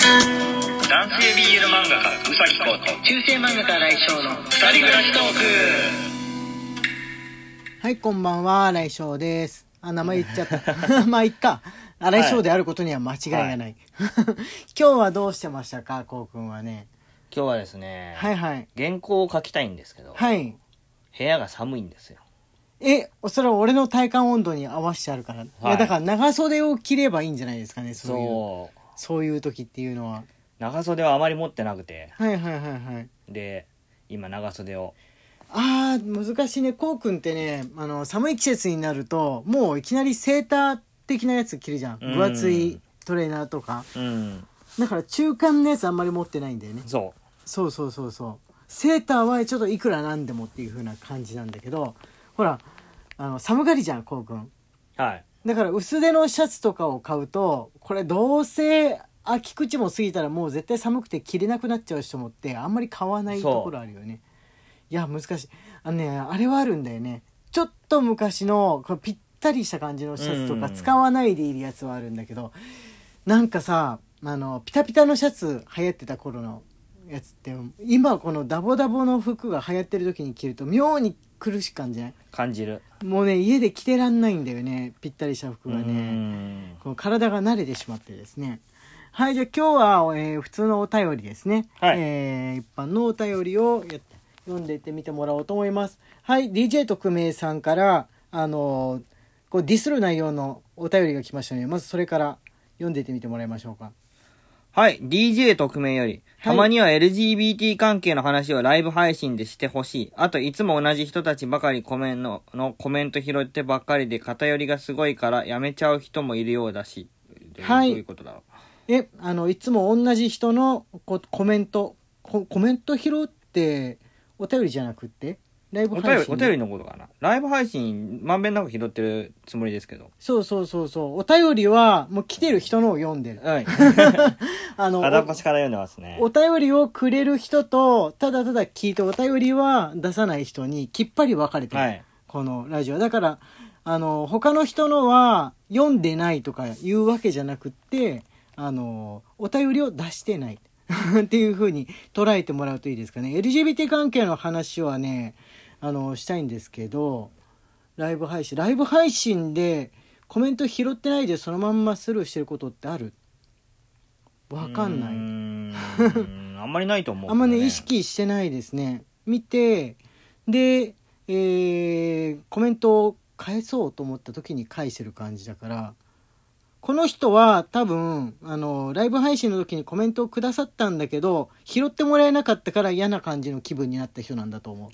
男性 BL 漫画家うさぎこと中世漫画家来翔の二人暮らしトーク。 はい、こんばんは、来翔です。名前言っちゃったまあいっか。来翔であることには間違いがない、今日はどうしてましたか、こうくんはね。 今日はですね、 はいはい、 原稿を書きたいんですけど、 はい、 部屋が寒いんですよ。 それは俺の体感温度に合わせてあるから、いやだから長袖を着ればいいんじゃないですかね。そういう時っていうのは長袖はあまり持ってなくて、 はいはいはいはい。 で今長袖を難しいね。こうくんってね、寒い季節になるともういきなりセーター的なやつ着るじゃん。分厚いトレーナーとか、だから中間のやつあんまり持ってないんだよね。そうセーターはちょっといくらなんでもっていう風な感じなんだけど、ほら寒がりじゃん、こうくん。 はい。 だから薄手のシャツとかを買うと、これどうせ秋口も過ぎたらもう絶対寒くて着れなくなっちゃう人もってあんまり買わないところあるよね。いや難しい。あれはあるんだよね。ちょっと昔のこれぴったりした感じのシャツとか使わないでいるやつはあるんだけど、なんかさ、ピタピタのシャツ流行ってた頃のやつって今このダボダボの服が流行ってる時に着ると妙に苦しく感じる。もうね、家で着てらんないんだよね、ぴったりした服がね。この体が慣れてしまってですね。はい、じゃあ今日は、普通のお便りですね、 はい、 一般のお便りを読んでいってみてもらおうと思います。はい、DJ 特命さんからこうディスる内容のお便りが来ましたので、まずそれから読んでいってみてもらいましょうか。 はい、DJ 特命より、たまには LGBT 関係の話をライブ配信でしてほしい。あといつも同じ人たちばかりコメント拾ってばっかりで偏りがすごいからやめちゃう人もいるようだし。 はい、 どういうことだろう。 いつも同じ人のコメント拾ってお便りじゃなくってライブ配信お便りのことかな。ライブ配信まんべんなく拾ってるつもりですけど。 そうお便りはもう来てる人のを読んでる。 はい片っ端から読んでますね。 お便りをくれる人とただただ聞いてお便りは出さない人にきっぱり分かれてる、このラジオだから。他の人のは読んでないとかいうわけじゃなくって、お便りを出してないっていう風に捉えてもらうといいですかね。 LGBT 関係の話はねしたいんですけど、ライブ配信でコメント拾ってないでそのまんまスルーしてることってある？わかんないあんまりないと思う、ね、 あんまね意識してないですね。見てで、コメントを返そうと思った時に返してる感じだから、この人は多分ライブ配信の時にコメントをくださったんだけど拾ってもらえなかったから嫌な感じの気分になった人なんだと思う。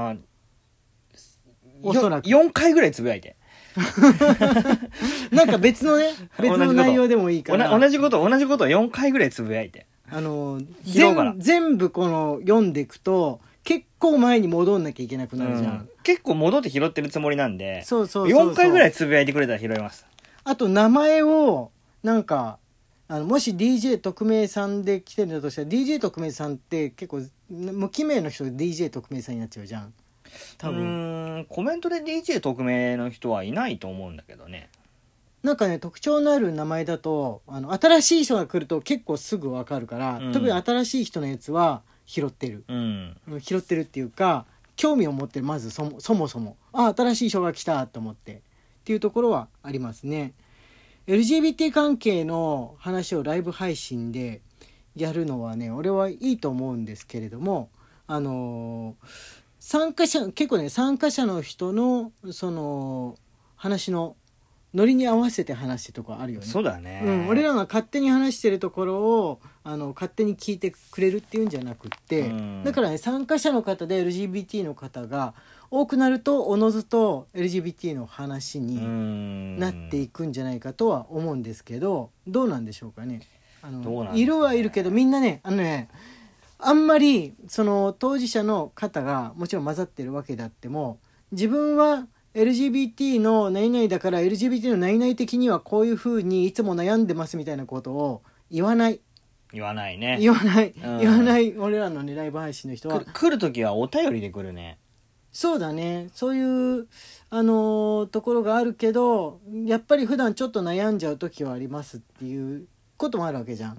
おそらく 4回ぐらいつぶやいてなんか別の内容でもいいから同じことを4回ぐらいつぶやいて全部この読んでいくと結構前に戻んなきゃいけなくなるじゃん、 結構戻って拾ってるつもりなんで、 そう 4回ぐらいつぶやいてくれたら拾います。 あと名前をなんかもし DJ 特命さんで来てるんだとしたら DJ 特命さんって結構無記名の人で DJ 特命さんになっちゃうじゃん多分。 コメントで DJ 特命の人はいないと思うんだけどね。 なんかね特徴のある名前だと新しい人が来ると結構すぐ分かるから、特に新しい人のやつは拾ってる、拾ってるっていうか興味を持ってる。まずそもそも新しい人が来たと思ってっていうところはありますね。 LGBT 関係の話をライブ配信でやるのはね俺はいいと思うんですけれども、参加者の人のその話のノリに合わせて話してるところあるよね。 そうだね、 俺らが勝手に話してるところを勝手に聞いてくれるっていうんじゃなくって、だからね参加者の方で LGBT の方が多くなるとおのずと LGBT の話になっていくんじゃないかとは思うんですけど、どうなんでしょうかね。いるはいるけどみんなねあんまりその当事者の方がもちろん混ざってるわけであっても、自分はLGBT の何々だから LGBT の何々的にはこういう風にいつも悩んでますみたいなことを言わないね。 言わない俺らのねライブ配信の人は来るときはお便りで来るね。 そうだね、そういうところがあるけどやっぱり普段ちょっと悩んじゃう時はありますっていうこともあるわけじゃん、 うん。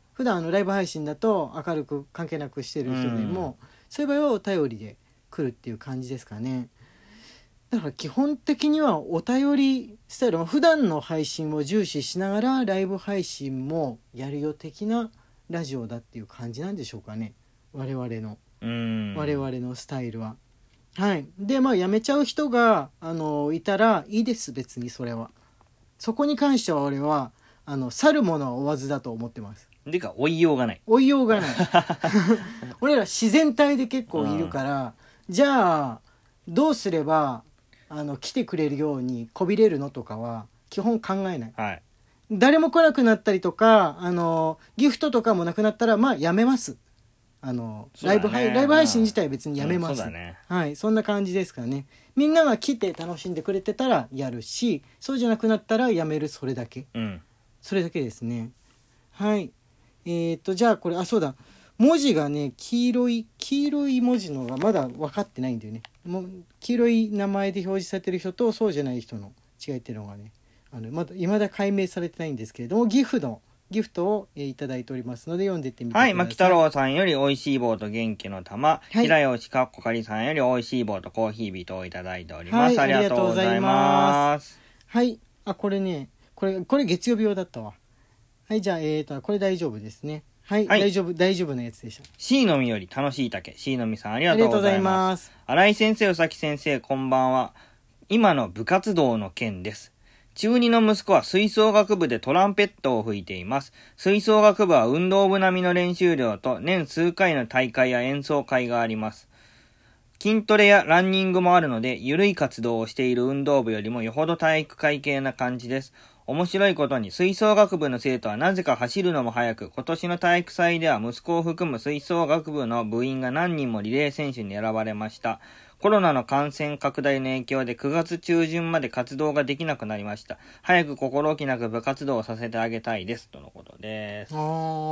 普段ライブ配信だと明るく関係なくしてる人でも、そういう場合はお便りで来るっていう感じですかね。だから基本的にはお便りスタイル、普段の配信を重視しながらライブ配信もやるよ的なラジオだっていう感じなんでしょうかね、我々のスタイルは。はい。で辞めちゃう人がいたらいいです、別にそれは。そこに関しては俺は去る者は追わずだと思ってます。 でか追いようがない。 追いようがない俺ら自然体で結構いるから、じゃあどうすれば来てくれるようにこびれるのとかは基本考えない、 はい。 誰も来なくなったりとかギフトとかもなくなったらやめます。ライブ配信自体は別にやめます、 そうだね。 はい、そんな感じですかね。みんなが来て楽しんでくれてたらやるし、そうじゃなくなったらやめる、それだけですね。はい。じゃあこれそうだ、文字がね黄色い文字のがまだ分かってないんだよね。もう黄色い名前で表示されてる人とそうじゃない人の違いっていうのがねまだ未だ解明されてないんですけれども、ギフトを、いただいておりますので読んでってみてください。 はい。牧太郎さんより美味しい棒と元気の玉、 はい、 平吉かっこかりさんより美味しい棒とコーヒービートをいただいております、 はい、 ありがとうございます。 はい。これねこれ月曜日用だったわ。はい。じゃあこれ大丈夫ですね。はい、はい、大丈夫なやつでした。 C のみより楽しい竹、 C のみさんありがとうございます。新井先生、宇崎先生、こんばんは。今の部活動の件です。中2の息子は吹奏楽部でトランペットを吹いています。吹奏楽部は運動部並みの練習量と年数回の大会や演奏会があります。筋トレやランニングもあるので、緩い活動をしている運動部よりもよほど体育会系な感じです。面白いことに吹奏楽部の生徒はなぜか走るのも速く、今年の体育祭では息子を含む吹奏楽部の部員が何人もリレー選手に選ばれました。コロナの感染拡大の影響で9月中旬まで活動ができなくなりました。早く心置きなく部活動をさせてあげたいです。とのことです。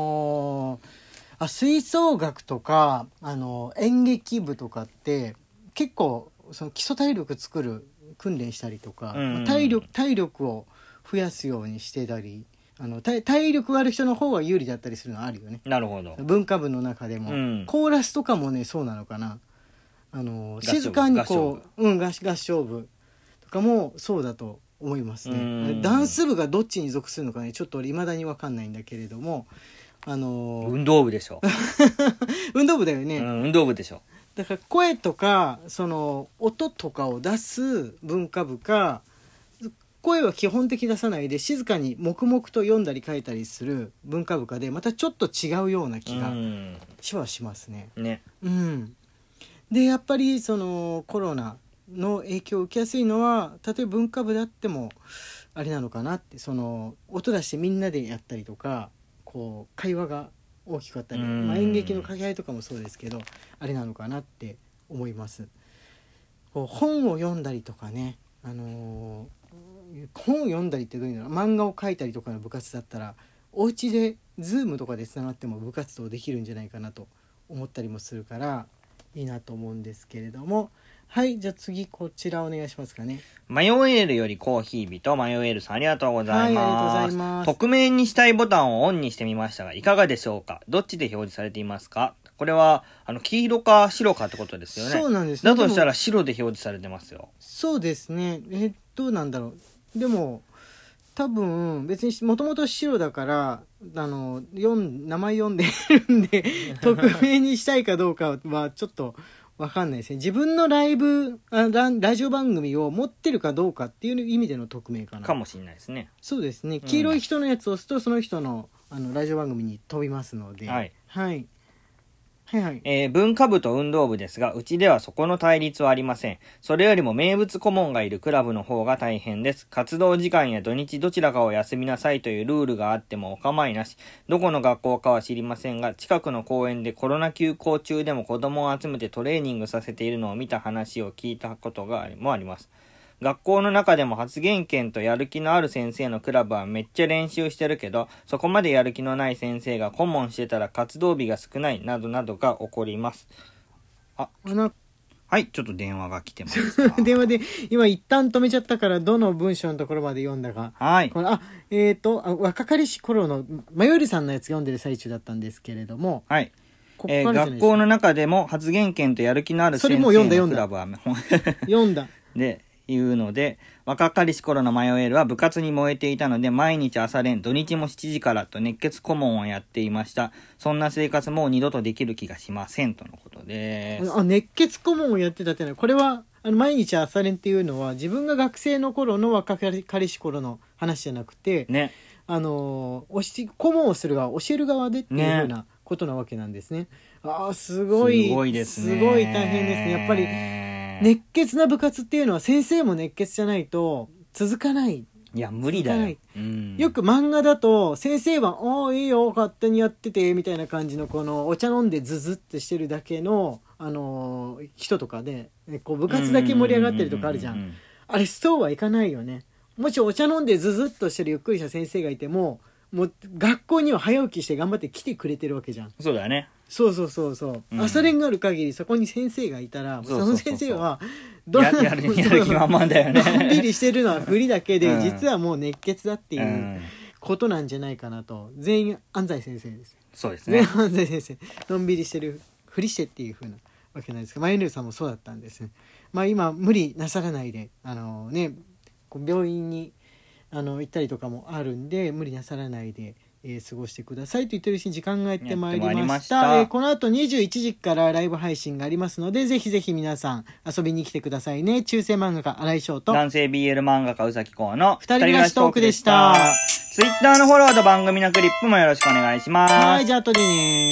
吹奏楽とか演劇部とかって結構その基礎体力作る訓練したりとか、体力を増やすようにしてたり、体力がある人の方が有利だったりするのはあるよね。 なるほど。 文化部の中でも、コーラスとかもねそうなのかな。静かにこう合唱部とかもそうだと思いますね。ダンス部がどっちに属するのかねちょっと俺未だに分かんないんだけれども、 運動部でしょ運動部だよね、 運動部でしょ。 だから声とかその音とかを出す文化部か、声は基本的に出さないで静かに黙々と読んだり書いたりする文化部かでまたちょっと違うような気がしますね。でやっぱりそのコロナの影響を受けやすいのは例えば文化部であってもあれなのかなって、その音出してみんなでやったりとかこう会話が大きかったり、演劇の掛け合いとかもそうですけどあれなのかなって思います。こう本を読んだりとかね、本を読んだりってどういうの、漫画を描いたりとかの部活だったらお家でズームとかでつながっても部活動できるんじゃないかなと思ったりもするからいいなと思うんですけれども。はい、じゃあ次こちらお願いしますかね。 迷えるよりコーヒー人、迷えるさんありがとうございます。 はい、ありがとうございます。 匿名にしたいボタンをオンにしてみましたがいかがでしょうか。どっちで表示されていますか。これは黄色か白かってことですよね。 そうなんです、 だとしたら白で表示されてますよ。 そうですね。どうなんだろう。でも多分別にもともと白だから名前読んでるんで匿名にしたいかどうかはちょっと分かんないですね。自分のラジオ番組を持ってるかどうかっていう意味での匿名かな。 かもしれないですね。 そうですね。黄色い人のやつを押すとその人のラジオ番組に飛びますので、はいはいはいはい。 文化部と運動部ですが、うちではそこの対立はありません。それよりも名物顧問がいるクラブの方が大変です。活動時間や土日どちらかを休みなさいというルールがあってもお構いなし。どこの学校かは知りませんが、近くの公園でコロナ休校中でも子供を集めてトレーニングさせているのを見た話を聞いたこともあります。学校の中でも発言権とやる気のある先生のクラブはめっちゃ練習してるけど、そこまでやる気のない先生が顧問してたら活動日が少ないなどなどが起こります。 はい、ちょっと電話が来てますが。 電話で今一旦止めちゃったからどの文章のところまで読んだか。 はい。 この若かりし頃のマヨルさんのやつ読んでる最中だったんですけれども、 はい。 ここからじゃないですか。 学校の中でも発言権とやる気のある先生のクラブは読んだでいうので、若かりし頃のマヨエルは部活に燃えていたので、毎日朝練、土日も7時からと熱血顧問をやっていました。そんな生活もう二度とできる気がしませんとのことです。 熱血顧問をやってたってのは、これは毎日朝練っていうのは自分が学生の頃の若かりし頃の話じゃなくて、 ね、 顧問をする側、教える側でっていうようなことなわけなんですね。すごいですね。 すごい大変ですね。やっぱり熱血な部活っていうのは先生も熱血じゃないと続かない。 いや無理だよ、うん、 よく漫画だと先生はいいよ勝手にやっててみたいな感じのこのお茶飲んでズズってしてるだけの人とかで、こう部活だけ盛り上がってるとかあるじゃん。あれそうはいかないよね。もしお茶飲んでズズっとしてるゆっくりした先生がいても、もう学校には早起きして頑張って来てくれてるわけじゃん。 そうだね。 そう、うん、朝練がある限りそこに先生がいたら、その先生はやる気満々だよね。 のんびりしてるのは振りだけで、うん、実はもう熱血だっていうことなんじゃないかなと。全員安西先生です。 そうですね。 安西先生のんびりしてるふりしてっていう風なわけなんですが、マヨネーズさんもそうだったんですね。今無理なさらないで病院に行ったりとかもあるんで、無理なさらないで過ごしてくださいと言ってるうちに時間がやってまいりました。この後21時からライブ配信がありますので、ぜひぜひ皆さん遊びに来てくださいね。中世漫画家新井翔と男性 BL 漫画家宇崎公の二人暮らしトークでした。 Twitter のフォローと番組のクリップもよろしくお願いします。 はい、じゃあ後でね。